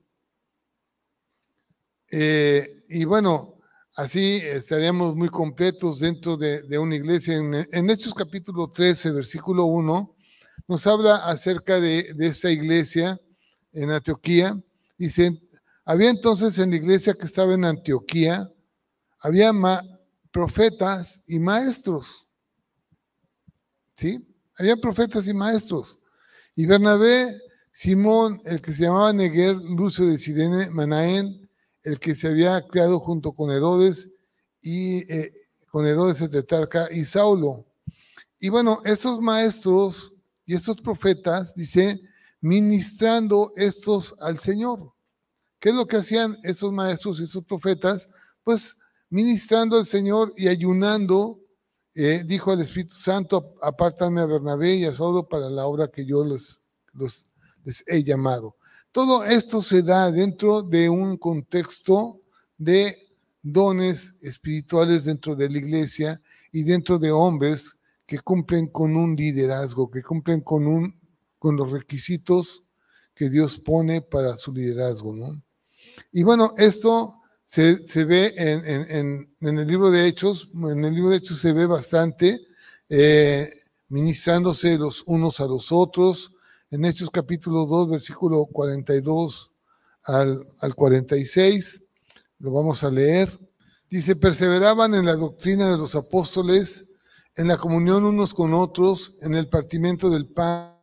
Eh, y bueno, así estaríamos muy completos dentro de, de una iglesia. En, en Hechos capítulo trece, versículo uno, nos habla acerca de, de esta iglesia en Antioquía. Dice, había entonces en la iglesia que estaba en Antioquía, había ma- profetas y maestros. ¿Sí? Había profetas y maestros. Y Bernabé, Simón, el que se llamaba Neguer, Lucio de Cirene, Manaén, el que se había creado junto con Herodes y eh, con Herodes el tetrarca y Saulo. Y bueno, estos maestros y estos profetas, dice, ministrando estos al Señor. ¿Qué es lo que hacían esos maestros y esos profetas? Pues ministrando al Señor y ayunando eh, dijo al Espíritu Santo, apártame a Bernabé y a Saulo para la obra que yo los, los, les he llamado. Todo esto se da dentro de un contexto de dones espirituales dentro de la iglesia y dentro de hombres que cumplen con un liderazgo, que cumplen con, un, con los requisitos que Dios pone para su liderazgo, ¿no? Y bueno, esto se, se ve en, en, en, en el libro de Hechos, en el libro de Hechos se ve bastante, eh, ministrándose los unos a los otros. En Hechos capítulo dos, versículo cuarenta y dos al, al cuarenta y seis, lo vamos a leer. Dice, perseveraban en la doctrina de los apóstoles, en la comunión unos con otros, en el partimiento del pan.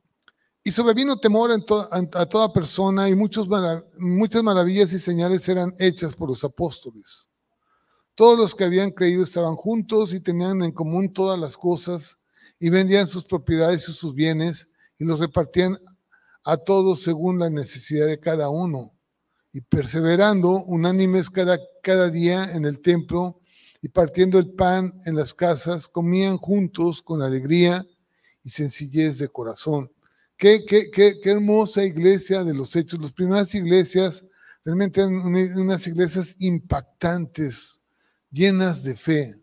Y sobrevino temor en to a toda persona, y muchos marav muchas maravillas y señales eran hechas por los apóstoles. Todos los que habían creído estaban juntos y tenían en común todas las cosas, y vendían sus propiedades y sus bienes, y los repartían a todos según la necesidad de cada uno. Y perseverando unánimes cada, cada día en el templo, y partiendo el pan en las casas, comían juntos con alegría y sencillez de corazón. Qué, qué, qué, qué hermosa iglesia de los Hechos. Las primeras iglesias realmente eran unas iglesias impactantes, llenas de fe,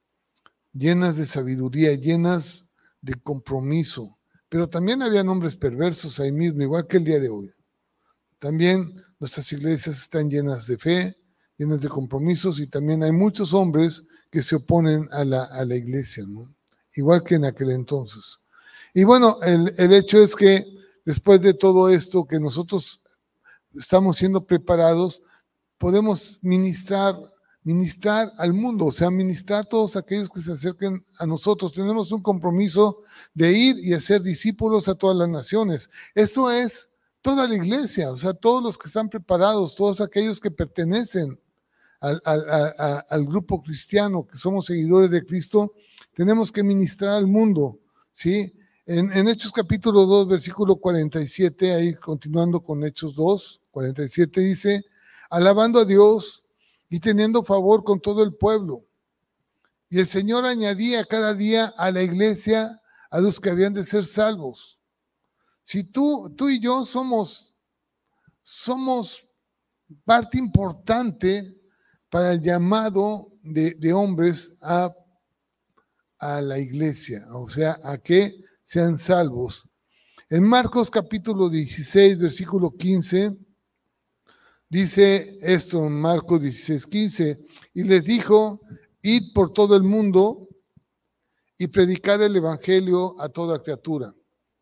llenas de sabiduría, llenas de compromiso. Pero también había hombres perversos ahí mismo, igual que el día de hoy. También nuestras iglesias están llenas de fe, llenas de compromisos, y también hay muchos hombres que se oponen a la, a la iglesia, ¿no? Igual que en aquel entonces. Y bueno, el, el hecho es que después de todo esto que nosotros estamos siendo preparados, podemos ministrar, ministrar al mundo, o sea, ministrar a todos aquellos que se acerquen a nosotros. Tenemos un compromiso de ir y hacer discípulos a todas las naciones. Esto es toda la iglesia, o sea, todos los que están preparados, todos aquellos que pertenecen al, al, al, al grupo cristiano, que somos seguidores de Cristo, tenemos que ministrar al mundo, ¿sí? En, en Hechos capítulo dos, versículo cuarenta y siete, ahí continuando con Hechos dos, cuarenta y siete, dice, alabando a Dios y teniendo favor con todo el pueblo. Y el Señor añadía cada día a la iglesia a los que habían de ser salvos. Si tú, tú y yo somos, somos parte importante para el llamado de, de hombres a, a la iglesia, o sea, a que sean salvos. En Marcos capítulo dieciséis, versículo quince, dice esto en Marcos dieciséis, quince, y les dijo, id por todo el mundo y predicad el evangelio a toda criatura.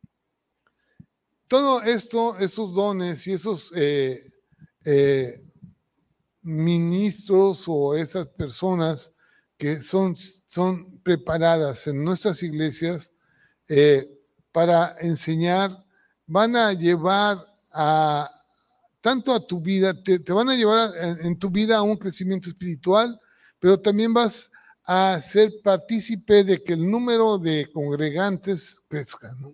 Todo esto, esos dones y esos eh, eh, ministros o esas personas que son, son preparadas en nuestras iglesias eh, para enseñar, van a llevar a tanto a tu vida, te, te van a llevar a, en, en tu vida a un crecimiento espiritual, pero también vas a ser partícipe de que el número de congregantes crezca, ¿no?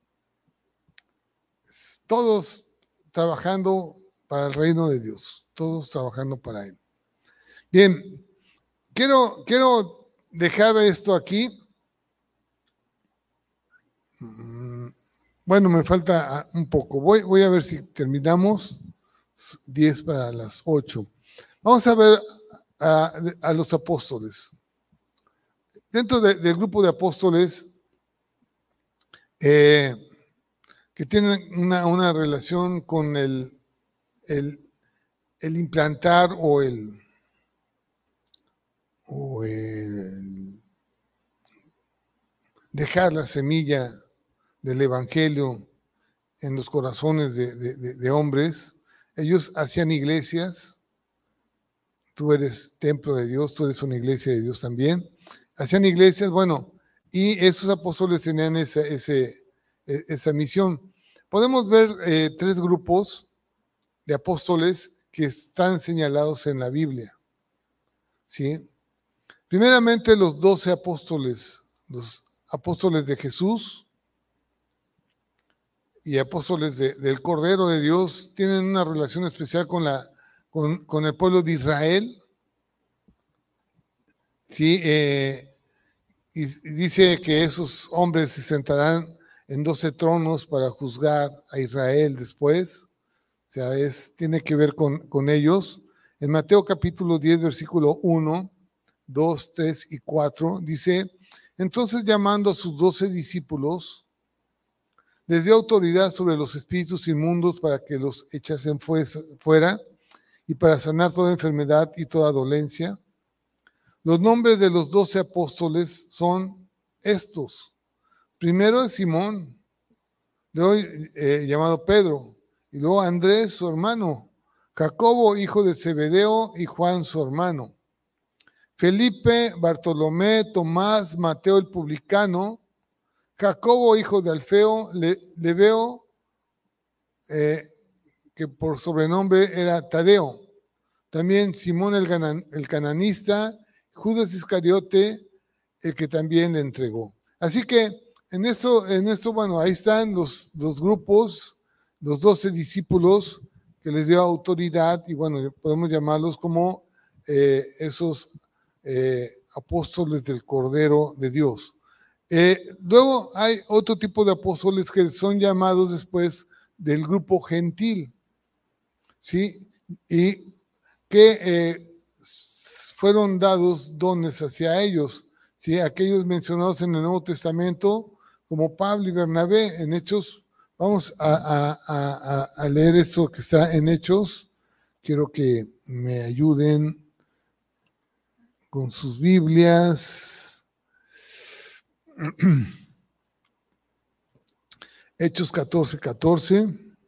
Todos trabajando para el reino de Dios, todos trabajando para Él. Bien, quiero, quiero dejar esto aquí. Bueno, me falta un poco. Voy, voy a ver si terminamos. diez para las ocho. Vamos a ver a, a los apóstoles. Dentro de, del grupo de apóstoles, eh, que tienen una, una relación con el, el, el implantar o el, o el dejar la semilla del evangelio en los corazones de, de, de, de hombres. Ellos hacían iglesias, tú eres templo de Dios, tú eres una iglesia de Dios también. Hacían iglesias, bueno, y esos apóstoles tenían esa, ese, esa misión. Podemos ver eh, tres grupos de apóstoles que están señalados en la Biblia, ¿sí? Primeramente los doce apóstoles, los apóstoles de Jesús y apóstoles de, del Cordero de Dios, tienen una relación especial con, la, con, con el pueblo de Israel, ¿sí? Eh, y dice que esos hombres se sentarán en doce tronos para juzgar a Israel después. O sea, es, tiene que ver con, con ellos. En Mateo capítulo diez, versículo uno, dos, tres y cuatro, dice, entonces llamando a sus doce discípulos, les dio autoridad sobre los espíritus inmundos para que los echasen fuera y para sanar toda enfermedad y toda dolencia. Los nombres de los doce apóstoles son estos. Primero es Simón, luego eh, llamado Pedro, y luego Andrés, su hermano, Jacobo, hijo de Zebedeo, y Juan, su hermano, Felipe, Bartolomé, Tomás, Mateo el publicano, Jacobo, hijo de Alfeo, Le, Lebeo, eh, que por sobrenombre era Tadeo, también Simón el, ganan, el cananista, Judas Iscariote, el que también le entregó. Así que en esto, en esto bueno, ahí están los, los grupos, los doce discípulos que les dio autoridad, y bueno, podemos llamarlos como eh, esos eh, apóstoles del Cordero de Dios. Eh, luego hay otro tipo de apóstoles que son llamados después del grupo gentil, ¿sí? Y que eh, fueron dados dones hacia ellos, ¿sí? Aquellos mencionados en el Nuevo Testamento, como Pablo y Bernabé, en Hechos. Vamos a, a, a, a leer esto que está en Hechos. Quiero que me ayuden con sus Biblias. Hechos catorce, catorce.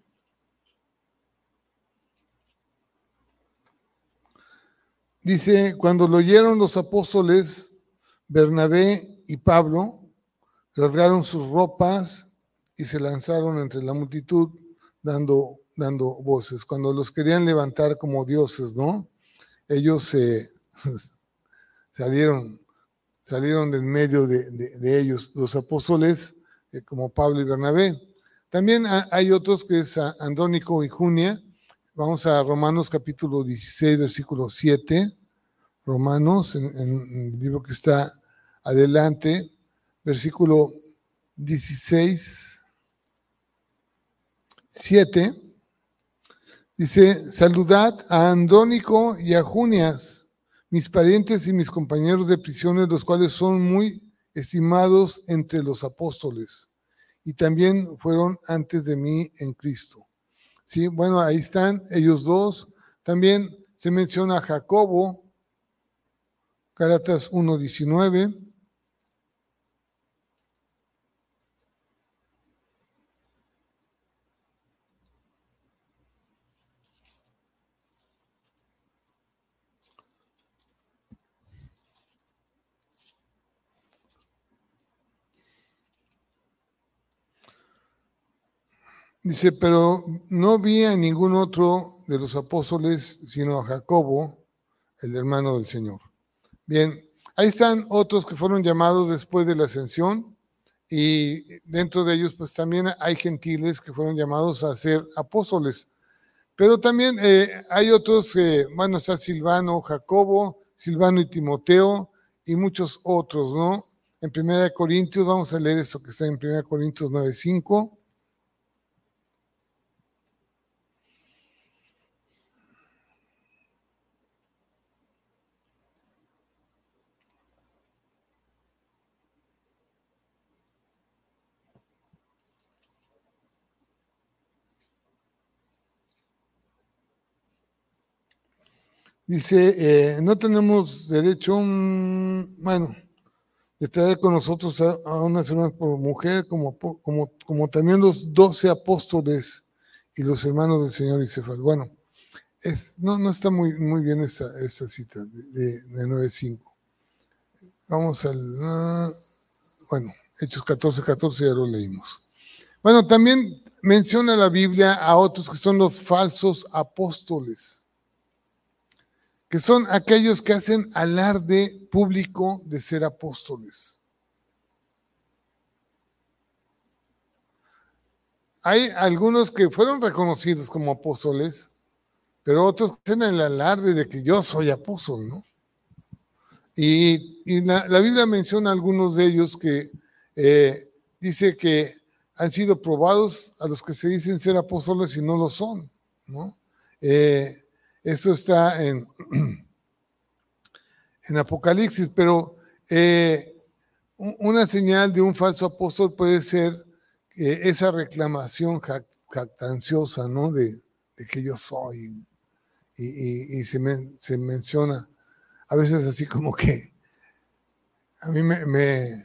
Dice, cuando lo oyeron los apóstoles, Bernabé y Pablo, rasgaron sus ropas y se lanzaron entre la multitud dando, dando voces. Cuando los querían levantar como dioses, ¿no? Ellos eh, salieron, salieron del medio de, de, de ellos, los apóstoles, eh, como Pablo y Bernabé. También hay otros que es Andrónico y Junia. Vamos a Romanos capítulo dieciséis, versículo siete. Romanos, en, en el libro que está adelante, versículo dieciséis, siete. Dice, saludad a Andrónico y a Junias, mis parientes y mis compañeros de prisiones, los cuales son muy estimados entre los apóstoles, y también fueron antes de mí en Cristo. Sí, bueno, ahí están ellos dos. También se menciona a Jacobo, Gálatas uno diecinueve. Dice, pero no vi a ningún otro de los apóstoles, sino a Jacobo, el hermano del Señor. Bien, ahí están otros que fueron llamados después de la ascensión, y dentro de ellos pues también hay gentiles que fueron llamados a ser apóstoles. Pero también eh, hay otros, eh, bueno, está Silvano, Jacobo, Silvano y Timoteo, y muchos otros, ¿no? En primera de Corintios, vamos a leer esto que está en primera de Corintios nueve, cinco. Dice, eh, no tenemos derecho, um, bueno, de traer con nosotros a, a una hermana por mujer, como, como, como también los doce apóstoles y los hermanos del Señor y Cefas. Bueno, es, no, no está muy, muy bien esta, esta cita de, de, de nueve cinco. Vamos al, uh, bueno, Hechos catorce, catorce ya lo leímos. Bueno, también menciona la Biblia a otros que son los falsos apóstoles, que son aquellos que hacen alarde público de ser apóstoles. Hay algunos que fueron reconocidos como apóstoles, pero otros que hacen el alarde de que yo soy apóstol, ¿no? Y, y la, la Biblia menciona algunos de ellos que eh, dice que han sido probados a los que se dicen ser apóstoles y no lo son, ¿no? Eh, esto está en, en Apocalipsis, pero eh, una señal de un falso apóstol puede ser eh, esa reclamación jactanciosa, ¿no? De, de que yo soy. Y, y, y se, men, se menciona a veces así como que a mí me, me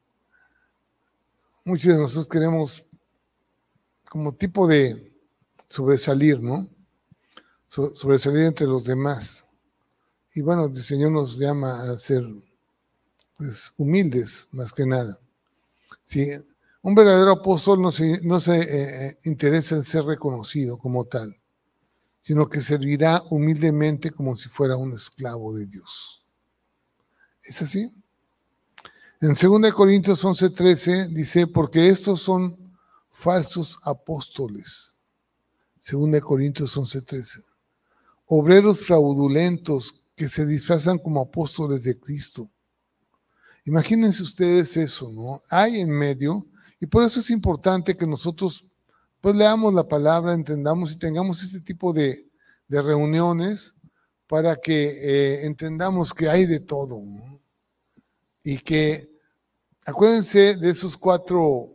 muchos de nosotros queremos como tipo de sobresalir, ¿no? So, sobresalir entre los demás. Y bueno, el Señor nos llama a ser pues humildes más que nada. Sí, un verdadero apóstol no se, no se eh, interesa en ser reconocido como tal, sino que servirá humildemente como si fuera un esclavo de Dios. ¿Es así? En segunda de Corintios once trece dice, porque estos son falsos apóstoles. segunda de Corintios once trece. Obreros fraudulentos que se disfrazan como apóstoles de Cristo. Imagínense ustedes eso, ¿no? Hay en medio, y por eso es importante que nosotros pues leamos la palabra, entendamos y tengamos este tipo de, de reuniones para que eh, entendamos que hay de todo, ¿no? Y que acuérdense de esos cuatro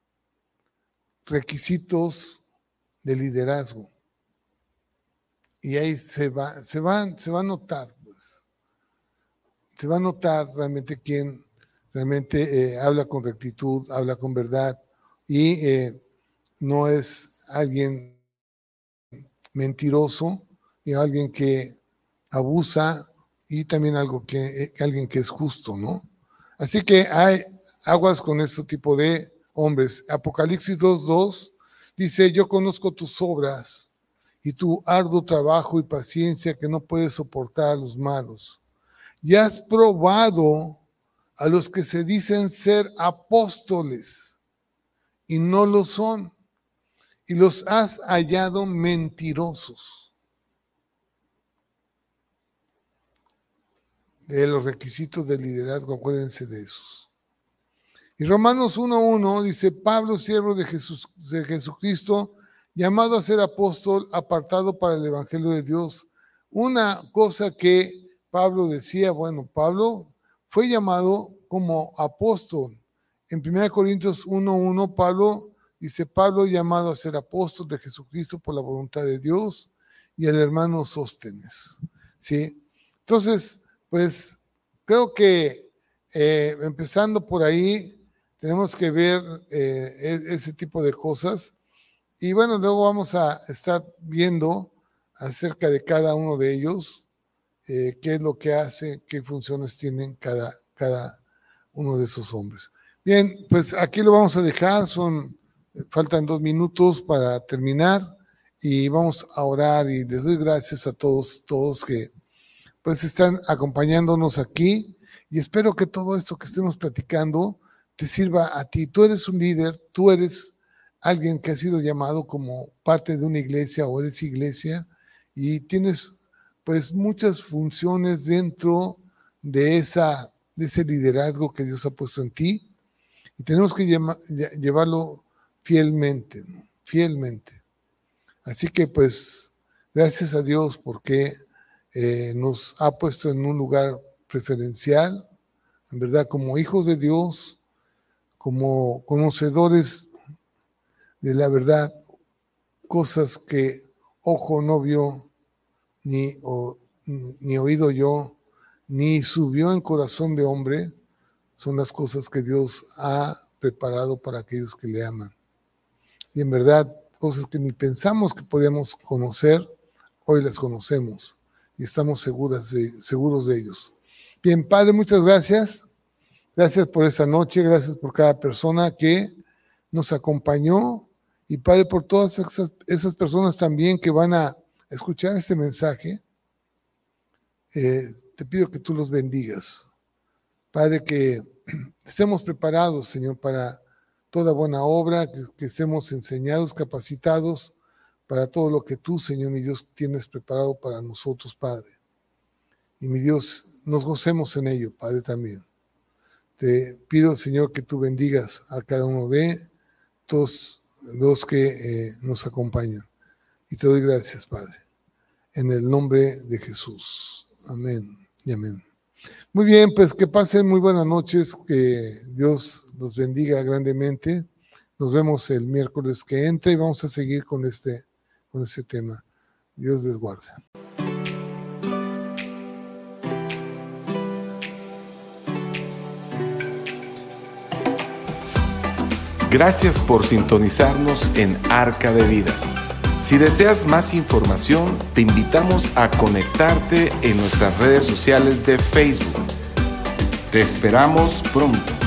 requisitos de liderazgo. Y ahí se va, se va, se va a notar, pues. Se va a notar realmente quién realmente eh, habla con rectitud, habla con verdad y eh, no es alguien mentiroso y alguien que abusa y también algo que, eh, alguien que es justo, ¿no? Así que hay aguas con este tipo de hombres. Apocalipsis dos dos dice, yo conozco tus obras y tu arduo trabajo y paciencia que no puedes soportar a los malos. Y has probado a los que se dicen ser apóstoles y no lo son, y los has hallado mentirosos. De los requisitos de liderazgo, acuérdense de esos. Y Romanos uno uno dice, Pablo, siervo de, Jesús, de Jesucristo, llamado a ser apóstol, apartado para el evangelio de Dios. Una cosa que Pablo decía, bueno, Pablo fue llamado como apóstol. En primera Corintios uno uno, Pablo dice, Pablo llamado a ser apóstol de Jesucristo por la voluntad de Dios, y el hermano Sóstenes. ¿Sí? Entonces, pues creo que eh, empezando por ahí, tenemos que ver eh, ese tipo de cosas. Y bueno, luego vamos a estar viendo acerca de cada uno de ellos, eh, qué es lo que hace, qué funciones tienen cada, cada uno de esos hombres. Bien, pues aquí lo vamos a dejar, son, faltan dos minutos para terminar y vamos a orar y les doy gracias a todos, todos que pues están acompañándonos aquí y espero que todo esto que estemos platicando te sirva a ti. Tú eres un líder, tú eres alguien que ha sido llamado como parte de una iglesia o eres iglesia y tienes pues muchas funciones dentro de, esa, de ese liderazgo que Dios ha puesto en ti y tenemos que llama, llevarlo fielmente, ¿no? Fielmente. Así que pues gracias a Dios porque eh, nos ha puesto en un lugar preferencial, en verdad como hijos de Dios, como conocedores de la verdad, cosas que ojo no vio, ni, o, ni oído yo, ni subió en corazón de hombre, son las cosas que Dios ha preparado para aquellos que le aman. Y en verdad, cosas que ni pensamos que podíamos conocer, hoy las conocemos y estamos seguras de, seguros de ellos. Bien, Padre, muchas gracias. Gracias por esta noche, gracias por cada persona que nos acompañó y Padre por todas esas, esas personas también que van a escuchar este mensaje. Eh, te pido que tú los bendigas. Padre, que estemos preparados, Señor, para toda buena obra, que, que estemos enseñados, capacitados para todo lo que tú, Señor mi Dios, tienes preparado para nosotros, Padre. y mi Dios, nos gocemos en ello, Padre, también. Te pido, Señor, que tú bendigas a cada uno de todos los que eh, nos acompañan. Y te doy gracias, Padre, en el nombre de Jesús. Amén y amén. Muy bien, pues que pasen muy buenas noches, que Dios los bendiga grandemente. Nos vemos el miércoles que entra y vamos a seguir con este, con este tema. Dios les guarde. Gracias por sintonizarnos en Arca de Vida. Si deseas más información, te invitamos a conectarte en nuestras redes sociales de Facebook. Te esperamos pronto.